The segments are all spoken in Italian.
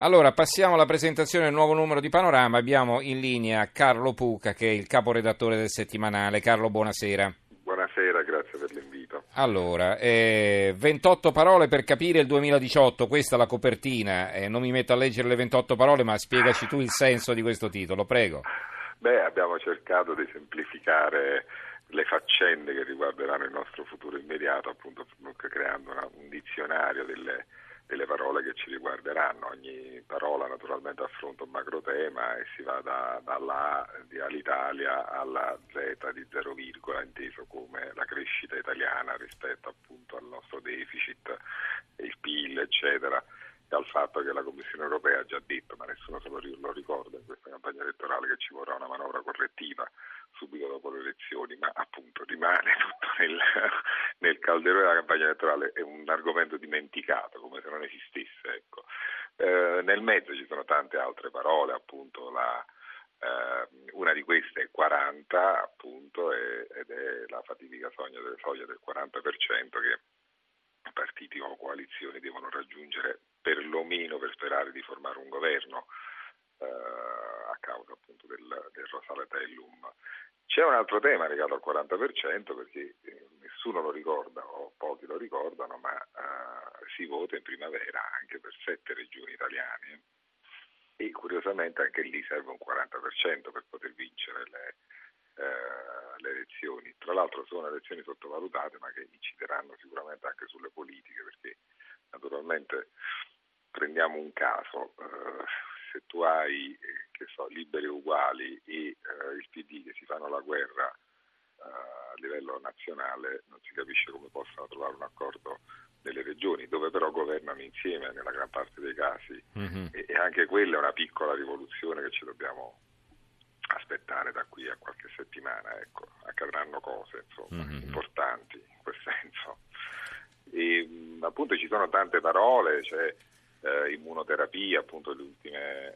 Allora, passiamo alla presentazione del nuovo numero di Panorama. Abbiamo in linea Carlo Puca, che è il caporedattore del settimanale. Carlo, buonasera. Buonasera, grazie per l'invito. Allora, 28 parole per capire il 2018, questa è la copertina. Non mi metto a leggere le 28 parole, ma spiegaci tu il senso di questo titolo, prego. Abbiamo cercato di semplificare le faccende che riguarderanno il nostro futuro immediato, appunto creando un dizionario delle parole che ci riguarderanno. Ogni parola naturalmente affronta un macro tema e si va dalla A di Alitalia alla Z di zero virgola, inteso come la crescita italiana rispetto appunto al nostro deficit, il PIL, eccetera, e al fatto che la Commissione europea ha già detto, ma nessuno se lo ricorda in questa campagna elettorale, che ci vorrà una manovra correttiva subito dopo le elezioni, ma appunto rimane tutto nel calderone della campagna elettorale, è un argomento dimenticato, come se non esistesse, ecco. Nel mezzo ci sono tante altre parole, appunto una di queste è 40, appunto, ed è la fatidica soglia del 40% che partiti o coalizioni devono raggiungere perlomeno per sperare di formare un governo, a causa appunto del Rosaletellum. C'è un altro tema legato al 40%, perché nessuno lo ricorda o pochi lo ricordano, ma si vota in primavera anche per 7 regioni italiane e curiosamente anche lì serve un 40% per poter vincere le elezioni. Tra l'altro sono elezioni sottovalutate, ma che incideranno sicuramente anche sulle politiche, perché naturalmente prendiamo un caso, se tu hai Liberi e Uguali e il PD che si fanno la guerra a livello nazionale, non si capisce come possano trovare un accordo nelle regioni, dove però governano insieme nella gran parte dei casi, e anche quella è una piccola rivoluzione che ci dobbiamo aspettare da qui a qualche settimana, ecco. Accadranno cose importanti in quel senso. E appunto ci sono tante parole, c'è immunoterapia, appunto le ultime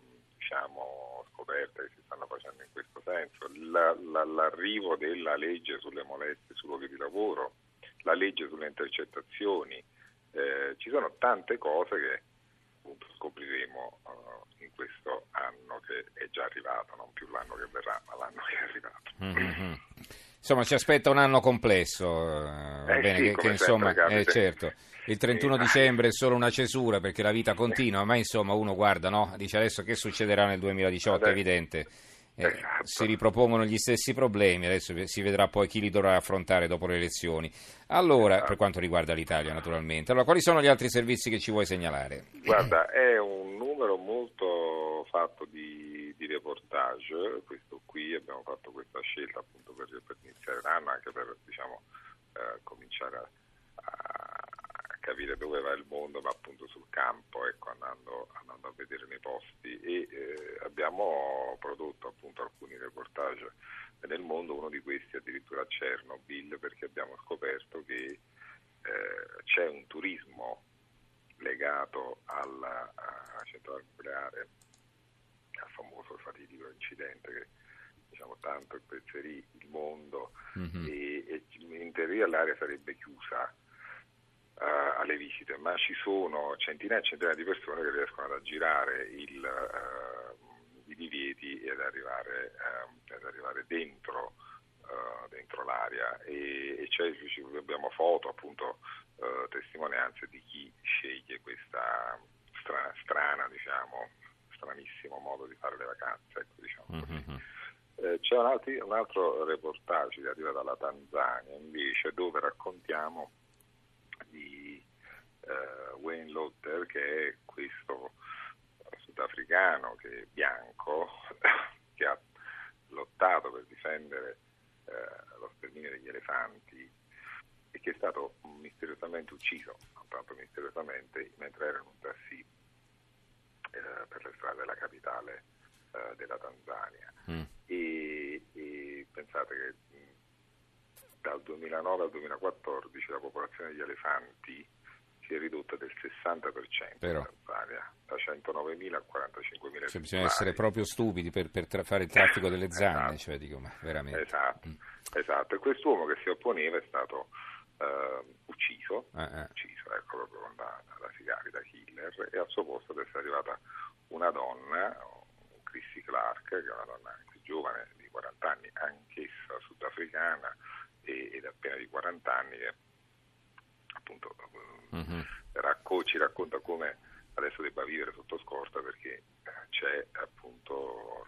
scoperte che si stanno facendo in questo senso, l'arrivo della legge sulle molestie sui luoghi di lavoro, la legge sulle intercettazioni, ci sono tante cose che appunto scopriremo in questo anno che è già arrivato, non più l'anno che verrà, ma l'anno che è arrivato. Insomma, ci aspetta un anno complesso, bene, sì, che insomma, certo, il 31 sì, dicembre è solo una cesura perché la vita continua, ma insomma uno guarda, no? Dice adesso che succederà nel 2018, è evidente. Esatto. Si ripropongono gli stessi problemi, adesso si vedrà poi chi li dovrà affrontare dopo le elezioni. Allora, per quanto riguarda l'Italia naturalmente, allora quali sono gli altri servizi che ci vuoi segnalare? Guarda, è un numero molto fatto di reportage, questo qui, abbiamo fatto questa scelta appunto per iniziare l'anno, anche per cominciare a capire dove va il mondo, ma appunto sul campo, ecco, andando a vedere nei posti, e abbiamo prodotto appunto alcuni reportage nel mondo, uno di questi addirittura a Chernobyl, perché abbiamo scoperto che c'è un turismo legato alla centrale nucleare, al famoso fatidico incidente che tanto impezzerí il mondo, e in teoria l'area sarebbe chiusa alle visite, ma ci sono centinaia e centinaia di persone che riescono ad aggirare i divieti e ad arrivare dentro l'area, e abbiamo foto, appunto, testimonianze di chi sceglie questa stranissimo modo di fare le vacanze, ecco, così. C'è un altro reportage che arriva dalla Tanzania invece, dove raccontiamo di Wayne Lotter, che è questo sudafricano che è bianco che ha lottato per difendere lo sterminio degli elefanti e che è stato misteriosamente ucciso, non tanto misteriosamente, mentre era in un taxi per le strade della capitale della Tanzania. E pensate che dal 2009 al 2014 la popolazione degli elefanti si è ridotta del 60% in Tanzania, da 109.000 a 45.000. Cioè, bisogna essere proprio stupidi per fare il traffico delle zanne, esatto. Cioè, dico, ma veramente. Esatto. E quest'uomo che si opponeva è stato ucciso, ecco, proprio con la sigarita killer, e al suo posto deve essere arrivata una donna, Chrissy Clark, che è una donna anche giovane, di 40 anni, anch'essa sudafricana, ed appena di 40 anni, che appunto ci racconta come adesso debba vivere sotto scorta, perché c'è appunto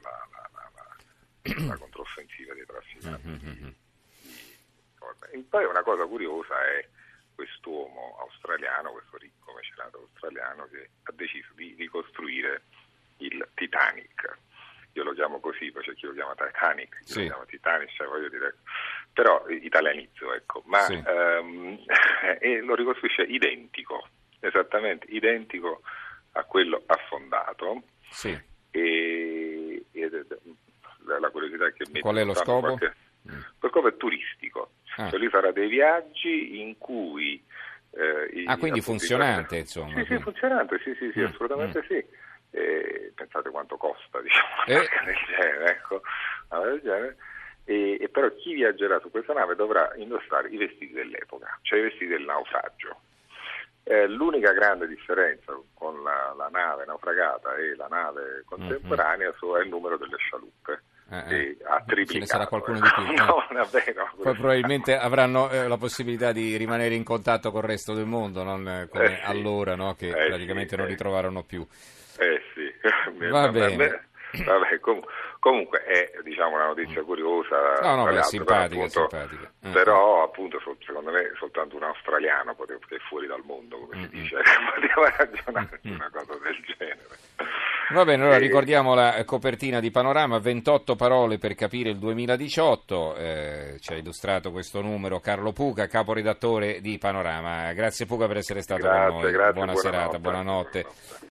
la controffensiva dei trafficanti. E poi una cosa curiosa è quest'uomo australiano, questo ricco mecenato australiano, che ha deciso di ricostruire il Titanic. Io lo chiamo così, poi c'è chi lo chiama Titanic, chi lo chiama Titanic, cioè voglio dire, però italianizzo, ecco, ma e lo ricostruisce identico, esattamente identico a quello affondato. Sì. E la curiosità che mette. Qual è lo scopo? Lo scopo è turistico, cioè lui farà dei viaggi in cui quindi funzionante, insomma. Sì, funzionante, sì, assolutamente sì. Pensate quanto costa, diciamo, una barca del genere, ecco, del genere. E però chi viaggerà su questa nave dovrà indossare i vestiti dell'epoca, cioè i vestiti del naufragio. L'unica grande differenza con la nave naufragata e la nave contemporanea è il numero delle scialuppe. Ha triplicato. Ce ne sarà qualcuno di più. Poi probabilmente avranno la possibilità di rimanere in contatto col resto del mondo, non come allora, no? Che praticamente non ritrovarorono più. Sì. Va bene. Vabbè, comunque è, diciamo, una notizia curiosa. No, simpatica. Però appunto secondo me soltanto un australiano che è fuori dal mondo, come si dice, poteva ragionare su una cosa del genere. Va bene, allora ricordiamo la copertina di Panorama, 28 parole per capire il 2018, ci ha illustrato questo numero Carlo Puca, caporedattore di Panorama. Grazie Puca per essere stato con noi, buona serata, buonanotte.